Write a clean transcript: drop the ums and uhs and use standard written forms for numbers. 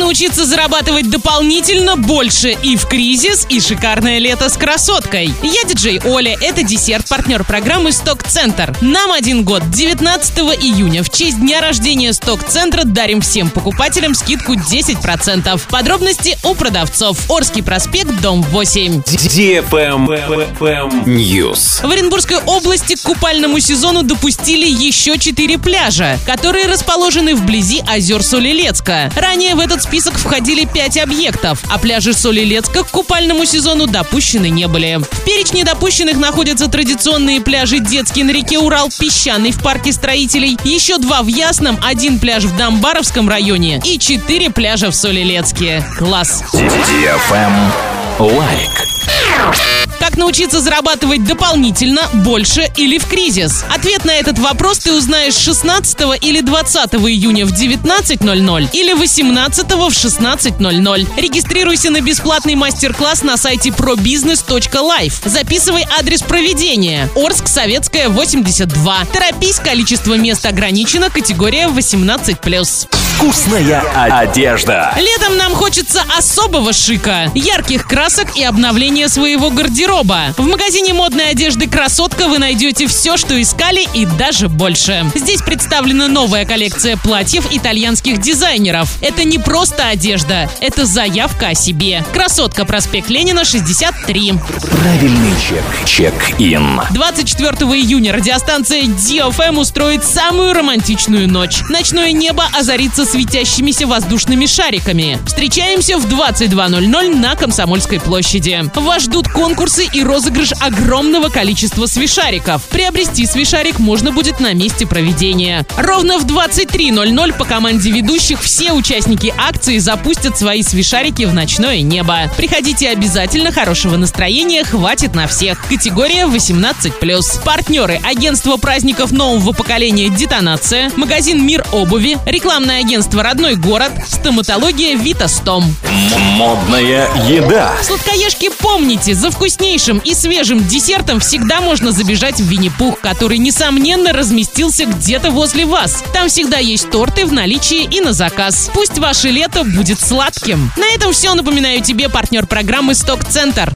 научиться зарабатывать дополнительно больше и в кризис, и шикарное лето с красоткой. Я диджей Оля, это десерт, партнер программы «Сток-центр». Нам 1 год. 19 июня в честь дня рождения «Сток-центра» дарим всем покупателям скидку 10%. Подробности у продавцов. Орский проспект, дом 8. News. В Оренбургской области к купальному сезону допустили еще 4 пляжа, которые расположены вблизи озер Солилецка. Ранее в этот список входили 5 объектов, а пляжи Солилецка к купальному сезону допущены не были. В перечне допущенных находятся традиционные пляжи «Детский» на реке Урал, «Песчаный» в парке строителей, еще 2 в Ясном, 1 пляж в Домбаровском районе и 4 пляжа в Солилецке. Класс! Лайк. Как научиться зарабатывать дополнительно, больше или в кризис? Ответ на этот вопрос ты узнаешь 16 или 20 июня в 19:00 или 18 в 16:00. Регистрируйся на бесплатный мастер-класс на сайте probusiness.life. Записывай адрес проведения. Орск, Советская, 82. Торопись, количество мест ограничено, категория 18+. Вкусная одежда. Летом нам хочется особого шика, ярких красок и обновления своего гардероба. В магазине модной одежды «Красотка» вы найдете все, что искали, и даже больше. Здесь представлена новая коллекция платьев итальянских дизайнеров. Это не просто одежда, это заявка о себе. «Красотка», проспект Ленина, 63. Правильный чек. Чек-ин. 24 июня радиостанция DFM устроит самую романтичную ночь. Ночное небо озарится светящимися воздушными шариками. Встречаемся в 22:00 на Комсомольской площади. Вас ждут конкурсы и розыгрыш огромного количества свишариков. Приобрести свишарик можно будет на месте проведения. Ровно в 23:00 по команде ведущих все участники акции запустят свои свишарики в ночное небо. Приходите обязательно, хорошего настроения хватит на всех. Категория 18+. Партнеры: агентство праздников нового поколения «Детонация», магазин «Мир обуви», рекламное агентство «Родной город», стоматология «Витастом». Модная еда. Сладкоежки, помните, за вкуснейшим и свежим десертом всегда можно забежать в Винни-Пух, который, несомненно, разместился где-то возле вас. Там всегда есть торты в наличии и на заказ. Пусть ваше лето будет сладким. На этом все. Напоминаю тебе, партнер программы «Сток-центр».